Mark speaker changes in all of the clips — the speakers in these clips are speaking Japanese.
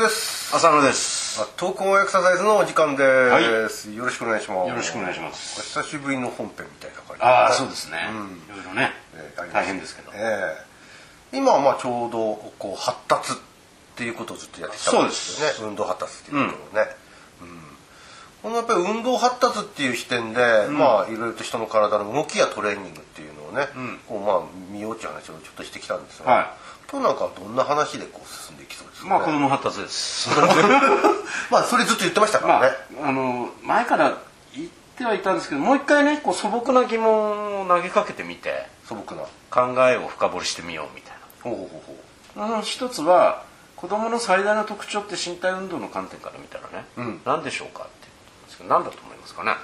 Speaker 1: です。
Speaker 2: 浅野です。
Speaker 1: 闘魂エクササイズのお時間です、はい、よろしくお願いします。
Speaker 2: よろしくお願いします。
Speaker 1: 久しぶりの本編みたいな感じで、
Speaker 2: ああそうですね、いろいろね、大変ですけど、
Speaker 1: 今はまあちょうどこう発達っていうことをずっとやってきたんですよね。運動発達っていうことをね、このやっぱり運動発達っていう視点で、まあいろいろと人の体の動きやトレーニングっていうのをね、こうまあ見ようっていう話をちょっとしてきたんですが、今日なんかはどんな話でこう進んでいきそうですかね。
Speaker 2: まあ子供発達です
Speaker 1: まあそれずっと言ってましたからね、
Speaker 2: 前から言ってはいたんですけど、もう一回ねこう素朴な疑問を投げかけてみて、
Speaker 1: 素朴な
Speaker 2: 考えを深掘りしてみようみたいな。一つは子供の最大の特徴って身体運動の観点から見たらね、何でしょうかっていうことなんですけど、何だと思いますかね。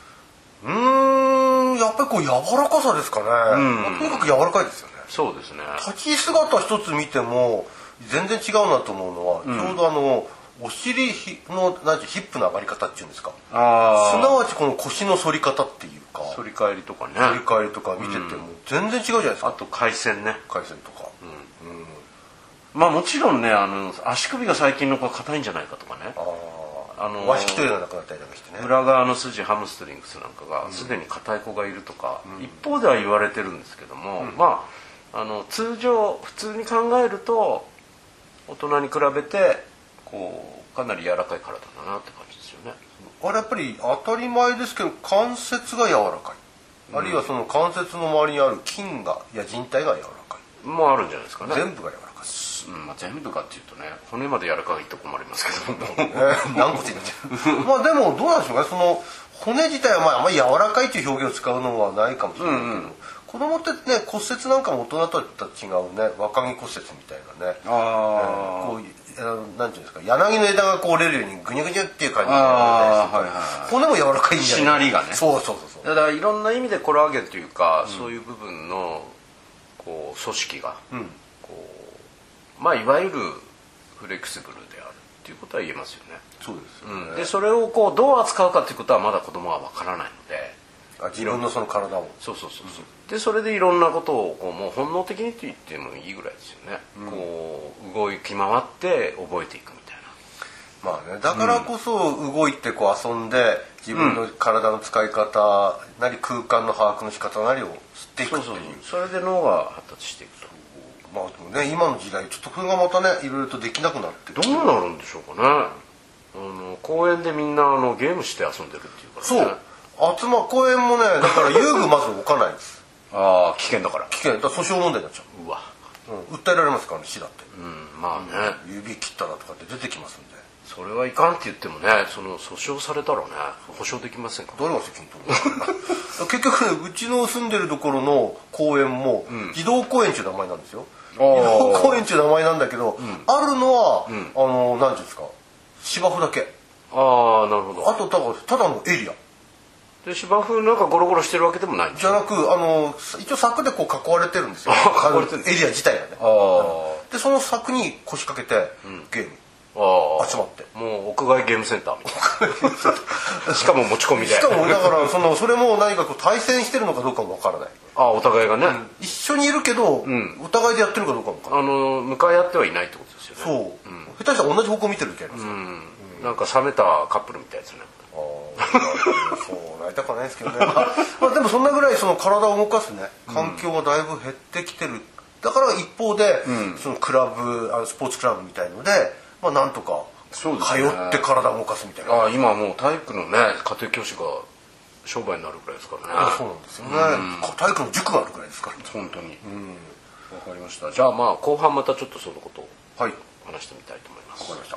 Speaker 1: やっぱりこう柔らかさですかね、とにかく柔らかいですよね。
Speaker 2: そうですね。
Speaker 1: 立ち姿一つ見ても全然違うなと思うのは、ちょうどお尻のヒップの上がり方っていうんですか、すなわちこの腰の反り方っていうか、
Speaker 2: 反り返りとかね、
Speaker 1: 反り返りとか見てても全然違うじゃないですか。
Speaker 2: あと回旋ね、
Speaker 1: 回旋とか、
Speaker 2: まあもちろんね、足首が最近の子は硬いんじゃないかとかね、
Speaker 1: 和式というのがなくなったりとかしてね、
Speaker 2: 裏側の筋ハムストリングスなんかがすでに硬い子がいるとか、一方では言われてるんですけども、まあ通常普通に考えると大人に比べてこうかなり柔らかい体だなって感じですよね。
Speaker 1: あれやっぱり当たり前ですけど関節が柔らかい、あるいはその関節の周りにある筋や靭帯が柔らかい
Speaker 2: もあるんじゃないですかね。
Speaker 1: 全部が柔らかい、
Speaker 2: 全部かっていうとね、骨まで柔らかいと困りますけど
Speaker 1: 軟骨になっちゃうまあでもどうなんでしょうね、その骨自体はまああんまり柔らかいという表現を使うのはないかもしれないけど、子供ってね骨折なんかも大人とは違うね、若木骨折みたいなね、こうなんていうんですか、柳の枝がこう折れるようにグニュグニュっていう感じで、骨も柔らかいんじゃない、
Speaker 2: しなりがね、
Speaker 1: そう
Speaker 2: だからいろんな意味でコラーゲンというか、そういう部分のこう組織が、まあいわゆるフレキシブルであるっていうことは言えますよね。
Speaker 1: そうですよね。
Speaker 2: でそれをこうどう扱うかっていうことはまだ子供は分からないので、
Speaker 1: 自分のその体を
Speaker 2: でそれでいろんなことをこうもう本能的にと言ってもいいぐらいですよね、こう動き回って覚えていくみたい
Speaker 1: な。まあね、だからこそ動いてこう遊んで自分の体の使い方なり空間の把握の仕方なりを知っていくっていう、
Speaker 2: それで脳が発達していくと。
Speaker 1: まあでもね、今の時代ちょっとこれがまたねいろいろとできなくなって
Speaker 2: どうなるんでしょうかね。公園でみんなゲームして遊んでるっていうからね。
Speaker 1: そう公園もね、だから遊具まず置かないんです。
Speaker 2: 危険だから。
Speaker 1: 危険だから訴訟問題になっちゃう。
Speaker 2: うわ、
Speaker 1: 訴えられますからね、市だって。
Speaker 2: まあね、
Speaker 1: 指切ったらとかって出てきますんで。
Speaker 2: それはいかんって言ってもね、その訴訟されたらね保証できませんから。
Speaker 1: 誰が責任取るの結局ね、うちの住んでるところの公園も児童公園っていう名前なんですよ。児童公園っていう名前なんだけど、あるのは何ていうんですか、芝生だけ。
Speaker 2: なるほど。
Speaker 1: あとただのエリア
Speaker 2: で、芝生なんかゴロゴロしてるわけでもないんです
Speaker 1: じゃなく、一応柵でこう囲われてるんですよ。
Speaker 2: 囲われてる
Speaker 1: エリア自体がね。でその柵に腰掛けてゲーム集まって、
Speaker 2: もう屋外ゲームセンターみたいなしかも持ち込みで、
Speaker 1: しかもだからそれも何かこう対戦してるのかどうかもわからない。
Speaker 2: お互いがね、
Speaker 1: 一緒にいるけど、お互いでやってるかどうかもわからない。
Speaker 2: 向かい合ってはいないってことですよね。
Speaker 1: そう、下手したら同じ方向見てる時ありますよ。
Speaker 2: なんか冷めたカップルみたいですね。
Speaker 1: そうなりたくはないですけどねまあでもそんなぐらいその体を動かすね環境がだいぶ減ってきてる。だから一方で、そのクラブスポーツクラブみたいので、まあなんとか通って体を動かすみたいな。
Speaker 2: 今もう体育のね家庭教師が商売になるぐらいですからね。
Speaker 1: そうなんですよね、体育の塾があるぐらいですから、
Speaker 2: 本当に。わかりました。じゃあまあ後半またちょっとそのことを話してみたいと思います。
Speaker 1: わかりました。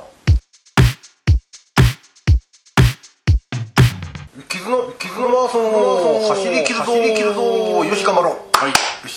Speaker 1: 絆マラソン走り切るぞよし頑張ろう。
Speaker 2: はい。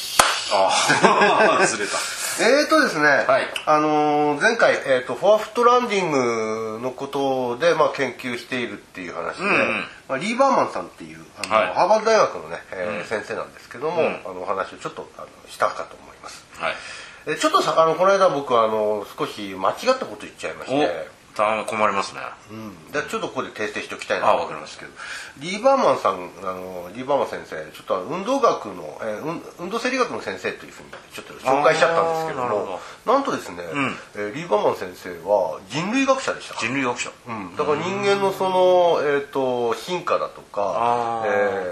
Speaker 2: ずれた。
Speaker 1: ですね、前回、フォアフットランディングのことで、まあ、研究しているっていう話で、リー・バーマンさんっていうハーバード大学のね、先生なんですけども、お話をちょっとしたかと思います。ちょっとこの間僕少し間違ったこと言っちゃいまして、
Speaker 2: 困りますね。
Speaker 1: でちょっとここで訂正しておきたいなと思いますけど、リーバーマン先生、ちょっと運動学の、運動生理学の先生というふうにちょっと紹介しちゃったんですけども、なんとですね、リーバーマン先生は人類学者でした。
Speaker 2: 人類学者。
Speaker 1: だから人間のその、進化だとか、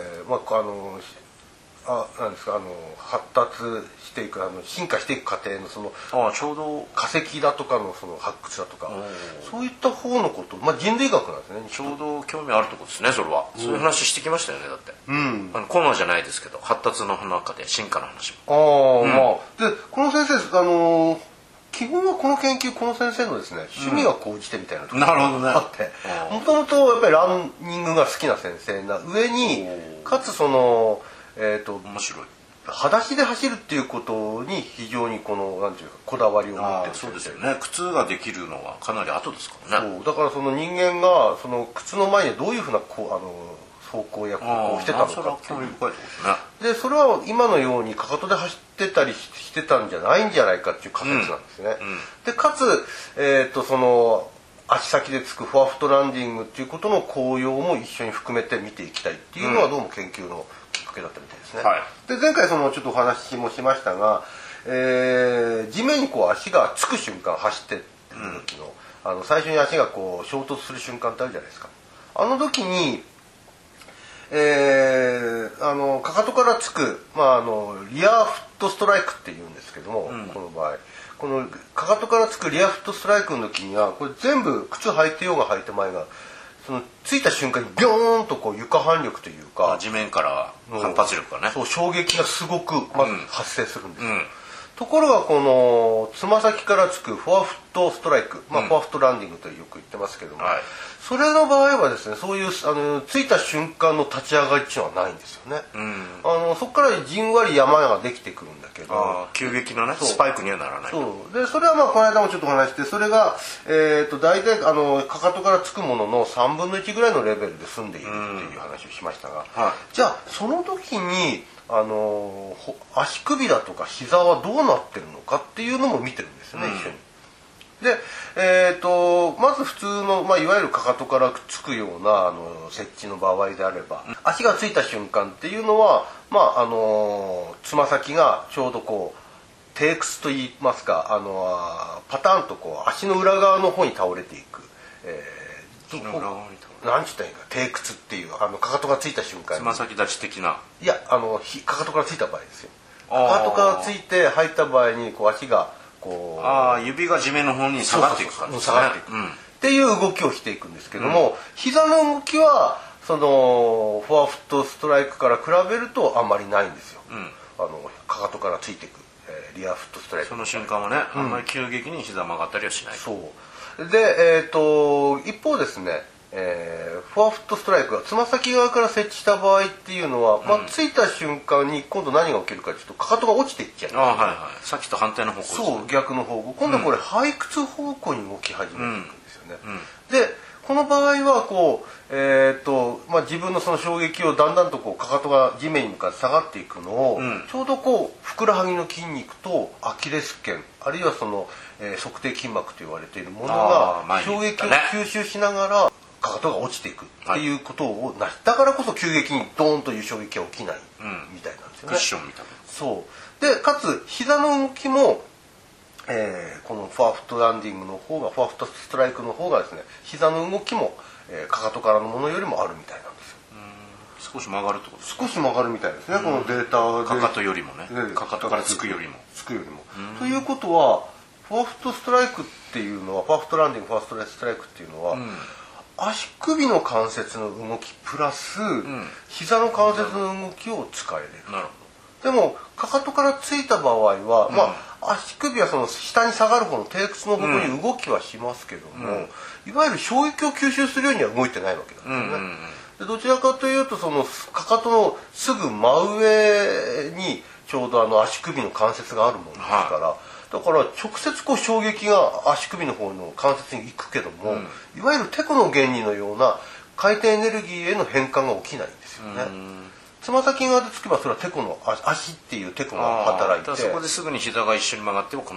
Speaker 1: なんですか、発達していく進化していく過程のその
Speaker 2: ちょうど
Speaker 1: 化石だとかのその発掘だとか、そういった方のこと、人類学なんですね。
Speaker 2: ちょうど興味あるところですね、それは。そういう話してきましたよね、だって。コマじゃないですけど、発達の中で進化の話
Speaker 1: も。でこの先生基本はこの研究、この先生のですね、趣味が高じてみたいなところがあって、もともとやっぱりランニングが好きな先生な上に、かつその
Speaker 2: 面白い。
Speaker 1: 裸足で走るっていうことに非常になんていうかこだわりを持ってる。
Speaker 2: そうですよね。靴ができるのはかなり後ですからね。
Speaker 1: そうだからその人間がその靴の前にどういうふうな走行や行をしてたのかっていう。
Speaker 2: 興味深いところですね。
Speaker 1: でそれは今のようにかかとで走ってたりしてたんじゃないんじゃないかっていう仮説なんですね。でかつその足先でつくフォアフットランディングっていうことの効用も一緒に含めて見ていきたいっていうのはどうも研究のきっかけだったみたいですね。で前回ちょっとお話もしましたが、地面に足がつく瞬間、走ってる時の、最初に足が衝突する瞬間ってあるじゃないですか。あの時に、かかとからつく、リアフットストライクっていうんですけども、この場合このかかとからつくリアフットストライクの時にはこれ全部靴履いてようが履いてまいがそのついた瞬間にビョーンと床反力というか
Speaker 2: 地面から反発力がね、
Speaker 1: そう衝撃がすごくまず発生するんですよ。ところがこのつま先からつくフォアフットストライク、フォアフットランディングとよく言ってますけども、それの場合はですね、そういうついた瞬間の立ち上がりっていうのはないんですよね。そこからじんわり山ができてくるんだけど、
Speaker 2: 急激なねスパイクにはならない。
Speaker 1: そうでそれはこの間もちょっとお話して、それが大体かかとからつくものの3分の1ぐらいのレベルで済んでいるっていう話をしましたが、じゃあその時に足首だとか膝はどうなってるのかっていうのも見てるんですよね、一緒に。で、まず普通の、いわゆるかかとからつくような設置の場合であれば、足がついた瞬間っていうのはつま先がちょうど低屈といいますかパターンと足の裏側の方に倒れていく、なんちゅったらいいか、低屈っていうかかとがついた瞬間に
Speaker 2: つま先立ち的な、
Speaker 1: いやかかとからついた場合ですよ。かかとからついて履いた場合に足が
Speaker 2: 指が地面の方に下がっていく感じですね。
Speaker 1: っていう動きをしていくんですけども、膝の動きはそのフォアフットストライクから比べるとあんまりないんですよ。かかとからついていく、リアフットストライク、
Speaker 2: その瞬間はね、あんまり急激に膝曲がったりはしない。
Speaker 1: そうで一方ですね、フォアフットストライクがつま先側から設置した場合っていうのは、ついた瞬間に今度何が起きるかというとかかとが落ちていっちゃうんです。
Speaker 2: さっきと反対の方向ですね。
Speaker 1: そう逆の方向、今度はこれ背屈方向に動き始めていくんですよね。でこの場合は自分のその衝撃をだんだんとかかとが地面に向かって下がっていくのを、ちょうどふくらはぎの筋肉とアキレス腱あるいはその、足底筋膜と言われているものが衝撃を吸収しながらかかとが落ちていくっていうことをだからこそ急激にドーンという衝撃が起きないみたいなんですよね。
Speaker 2: クッションみたいな。
Speaker 1: そうでかつ膝の動きも、このフォアフットランディングの方がフォアフットストライクの方がですね、膝の動きも、かかとからのものよりもあるみたいなんですよ。
Speaker 2: 少し曲がるってことですか。
Speaker 1: 少し曲がるみたいですね、このデータで。
Speaker 2: かかとよりもね、かかとからつくよりも。
Speaker 1: ということはフォアフットストライクっていうのはフォアフットランディングフォアフットストライクっていうのは、足首の関節の動きプラス、膝の関節の動きを使えれる。
Speaker 2: なるほ
Speaker 1: ど。でもかかとからついた場合は、足首はその下に下がる方の低屈の方向に動きはしますけども、いわゆる衝撃を吸収するようには動いてないわけなんですよね。でどちらかというとそのかかとのすぐ真上にちょうど足首の関節があるものですから、だから直接衝撃が足首の方の関節に行くけども、いわゆるテコの原理のような回転エネルギーへの変換が起きないんですよね。つま先側でつけばそれはテコの足っていうテコが働いて、
Speaker 2: そこですぐに膝が一緒に曲がっても来ないと。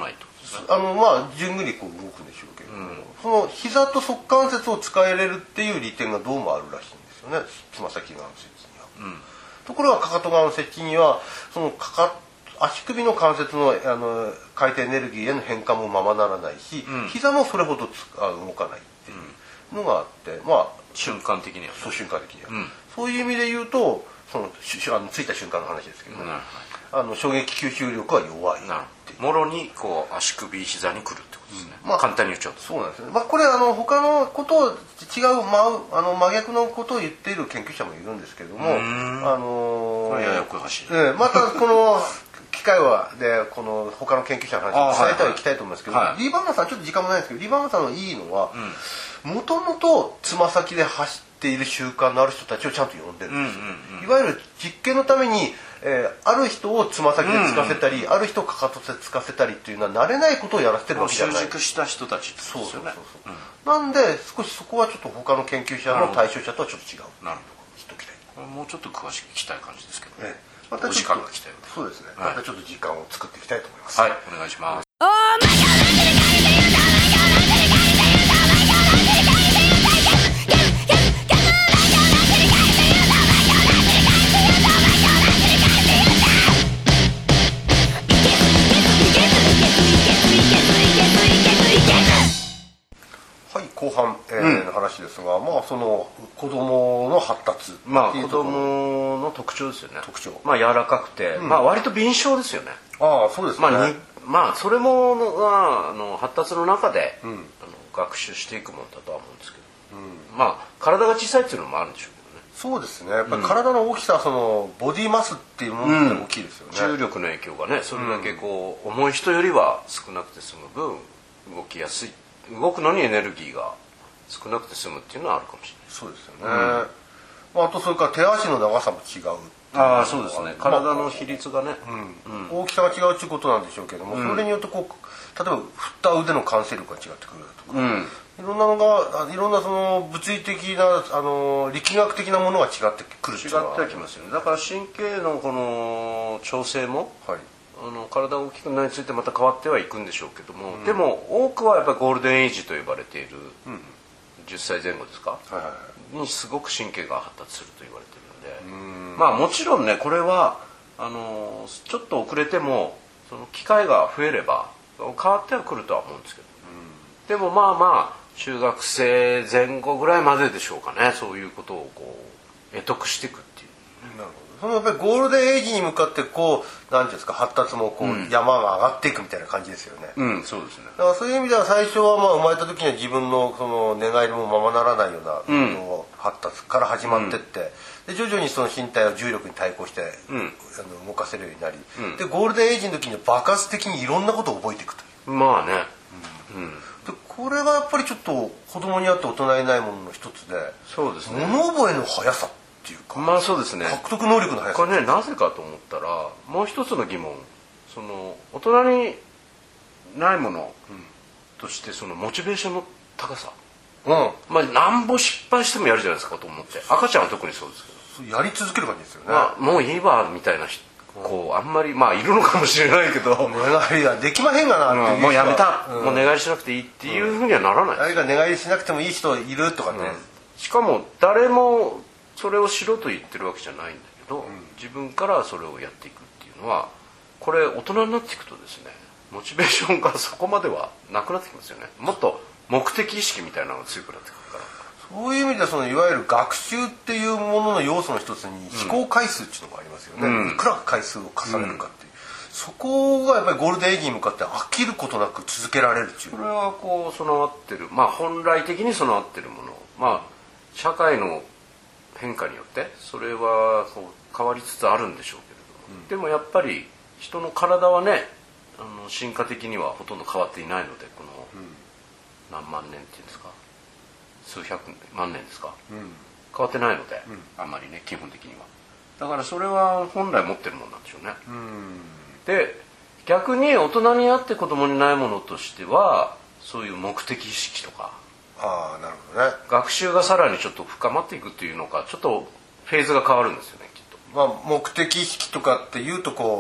Speaker 2: です
Speaker 1: か？順繰りこう動くんでしょうけども、その膝と側関節を使えれるっていう利点がどうもあるらしいんですよね、つま先関節には。ところがかかと関節にはその足首の関節の回転エネルギーへの変化もままならないし、膝もそれほど動かないっていうのがあって、
Speaker 2: 瞬間的には、
Speaker 1: そう瞬間的には、そういう意味で言うとついた瞬間の話ですけど、衝撃吸収力は弱い。
Speaker 2: もろにこう足首膝に来るってことですね。簡単に言っちゃうと。
Speaker 1: そうなんですね。これ他のことを違う真逆のことを言っている研究者もいるんですけれども、
Speaker 2: これややこしい。
Speaker 1: またこの機会でこの他の研究者の話を伝えてはいきたいと思いますけど、リーバーマンさんちょっと時間もないんですけど、リーバーマンさんのいいのはもともとつま先で走っている習慣のある人たちをちゃんと呼んでるんですよ。いわゆる実験のためにある人をつま先でつかせたり、ある人をかかとでつかせたりっていうのは慣れないことをやらせてるわけじゃない。
Speaker 2: 習熟した人たちってことですよね。
Speaker 1: なんで少しそこはちょっと他の研究者の対象者とはちょっと違う。
Speaker 2: なるほど。もうちょっと詳しく聞きたい感じですけどね。
Speaker 1: また
Speaker 2: お時間が来たようで。
Speaker 1: そうですね。またちょっと時間を作っていきたいと思います。
Speaker 2: はい、お願いします。
Speaker 1: はい、後半の話ですが、その子供の発達、
Speaker 2: 子供の特徴ですよね。
Speaker 1: 特徴。
Speaker 2: 柔らかくて、割と敏捷ですよね。
Speaker 1: そうですね。
Speaker 2: それも発達の中で学習していくものだとは思うんですけど、体が小さいっていうのもあるんでしょうけどね。
Speaker 1: そうですね。やっぱり体の大きさ、そのボディマスっていうものって大きいですよね。
Speaker 2: 重力の影響がね、それだけこう重い人よりは少なくて済む分動きやすい。動くのにエネルギーが少なくて済むっていうのはあるかもしれない。
Speaker 1: そうですよね。あとそれから手足の長さも違う。
Speaker 2: そうですね。体の比率がね、
Speaker 1: 大きさが違うっていうことなんでしょうけども、それによって例えば振った腕の完成力が違ってくるとか、いろんなその物理的な力学的なものが違ってくるっていうのは
Speaker 2: 違ってきますよね。だから神経のこの調整も、体が大きくなりについてまた変わってはいくんでしょうけども、でも多くはやっぱりゴールデンエイジと呼ばれている10歳前後ですか、にすごく神経が発達すると言われているので、もちろんねこれはちょっと遅れてもその機会が増えれば変わってはくるとは思うんですけど、でも中学生前後ぐらいまででしょうかね、そういうことをこう得得していくっていう。
Speaker 1: なるほど。そのやっぱりゴールデンエイジに向かってこうなんていうんですか、発達もこう、山が上がっていくみたいな感じですよね。
Speaker 2: そうですね。
Speaker 1: だからそういう意味では最初は生まれた時には自分のその願いもままならないような発達から始まってって、で徐々にその身体は重力に対抗して、動かせるようになり、でゴールデンエイジの時に爆発的にいろんなことを覚えていくという。でこれがやっぱりちょっと子供にあって大人にないものの一つで、
Speaker 2: そうですね。
Speaker 1: 物覚えの速さっていうか、
Speaker 2: そうですね。
Speaker 1: 獲得能力の速さ。
Speaker 2: これね、なぜかと思ったらもう一つの疑問、その大人にないものとしてそのモチベーションの高さ、なんぼ失敗してもやるじゃないですかと思って、赤ちゃんは特にそうですけど、
Speaker 1: やり続ける感じですよね。
Speaker 2: もういいわみたいなこうあんまりいるのかもしれないけど、
Speaker 1: できまへんがなっていう、
Speaker 2: もうやめた、もう寝返りしなくていいっていうふうにはならない。
Speaker 1: 誰か寝返りしなくてもいい人いるとかね、
Speaker 2: しかも誰もそれをしろと言ってるわけじゃないんだけど、自分からそれをやっていくっていうのは、これ大人になっていくとですね、モチベーションがそこまではなくなってきますよね。もっと目的意識みたいなのが強くなってくるから。
Speaker 1: そういう意味ではそのいわゆる学習っていうものの要素の一つに試行回数っていうのがありますよね。いくら回数を重ねるかっていう、そこがやっぱりゴールデンエイジに向かって飽きることなく続けられるっていう。
Speaker 2: これはこう備わってる、本来的に備わってるもの、社会の変化によってそれはこう変わりつつあるんでしょうけれども、でもやっぱり人の体はね、進化的にはほとんど変わっていないので、この何万年っていうんですか、数百万年ですか、変わってないので、あんまりね基本的には。だからそれは本来持ってるものなんでしょうね。で逆に大人にあって子供にないものとしては、そういう目的意識とか、
Speaker 1: なるほどね、
Speaker 2: 学習がさらにちょっと深まっていくっていうのか、ちょっとフェーズが変わるんですよね、きっと。
Speaker 1: 目的意識とかっていうとこう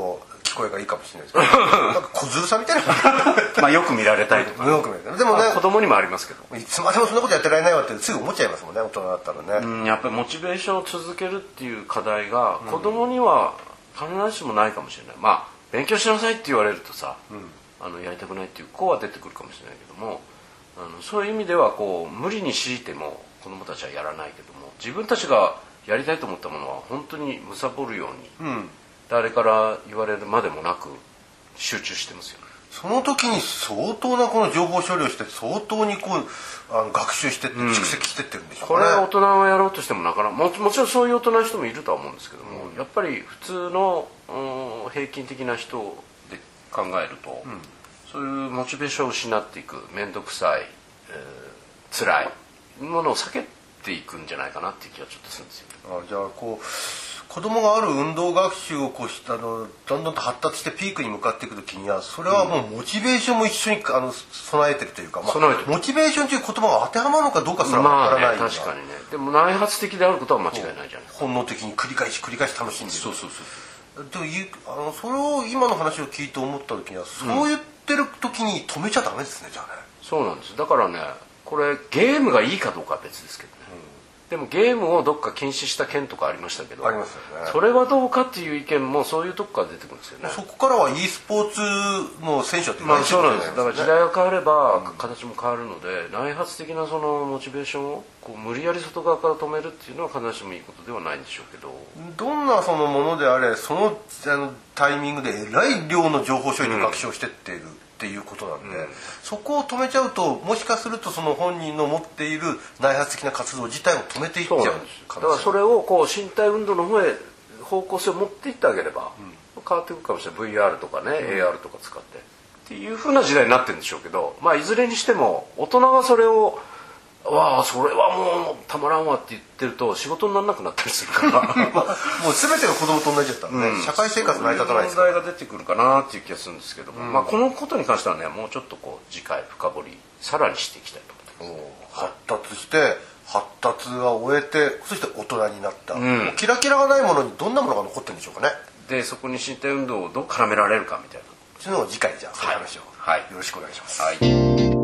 Speaker 1: 聞こえがいいかもしれないですけどなんか小ずるさみたいな
Speaker 2: まあよく見られたいとか、
Speaker 1: よく見られたいでもね、
Speaker 2: 子供にもありますけど、
Speaker 1: いつまでもそんなことやってられないわってすぐ思っちゃいますもんね、大人だったらね。
Speaker 2: やっぱりモチベーションを続けるっていう課題が子供には必ずしもないかもしれない。まあ勉強しなさいって言われるとさ、やりたくないっていう子は出てくるかもしれないけども、そういう意味ではこう無理に強いても子供たちはやらないけども、自分たちがやりたいと思ったものは本当に貪るように、誰から言われるまでもなく集中してますよね。
Speaker 1: その時に相当なこの情報処理をして相当にこう学習してって蓄積してってるんでしょうね。
Speaker 2: これ大人はやろうとしてもなかなか もちろんそういう大人の人もいるとは思うんですけども、やっぱり普通の平均的な人で考えると、そういうモチベーションを失っていく、面倒くさい、辛いものを避けていくんじゃないかなっていう気がちょっとするんですよね。
Speaker 1: じゃあこう子供がある運動学習をこうどんどんと発達してピークに向かっていく時にはそれはもうモチベーションも一緒に備えてるというか、モチベーションという言葉が当てはまるのかどうかすらわからない、
Speaker 2: 確かにね。でも内発的であることは間違いないじゃない。
Speaker 1: 本能的に繰り返し楽しんでる。
Speaker 2: そう
Speaker 1: というそれを今の話を聞いて思った時には、そう言ってる時に止めちゃダメですね、じゃあね。
Speaker 2: そうなんです。だからね、これゲームがいいかどうかは別ですけどね、でもゲームをどっか禁止した県とかありましたけど、
Speaker 1: ありますよね。
Speaker 2: それはどうかっていう意見もそういうとこから出てくるんですよね。
Speaker 1: そこからは e スポーツの選手って
Speaker 2: そうなんです。だから時代が変われば形も変わるので、内発的なそのモチベーションをこう無理やり外側から止めるっていうのは必ずしもいいことではないんでしょうけど、
Speaker 1: どんなそのものであれそのタイミングでえらい量の情報処理と学習をしてっているっていうことなんで、そこを止めちゃうともしかするとその本人の持っている内発的な活動自体を止めていっちゃう。だ
Speaker 2: からそれをこう身体運動の方へ方向性を持っていってあげれば、変わっていくかもしれない。 VR とかね、AR とか使ってっていう風な時代になってるんでしょうけど、まあいずれにしても大人がそれをそれはもうたまらんわって言ってると仕事にならなくなったりするから
Speaker 1: もう全ての子供と同じだったらね、社会生活成り立たないですから、
Speaker 2: 問題が出てくるかなっていう気がするんですけども、このことに関してはね、もうちょっとこう次回深掘りさらにしていきたいと思ってます。
Speaker 1: 発達して発達は終えてそして大人になった、キラキラがないものにどんなものが残ってるんでしょうかね。
Speaker 2: でそこに身体運動をどう絡められるかみたいな、
Speaker 1: そういうのを次回じゃあその話を、よろしくお願いします。
Speaker 2: はい。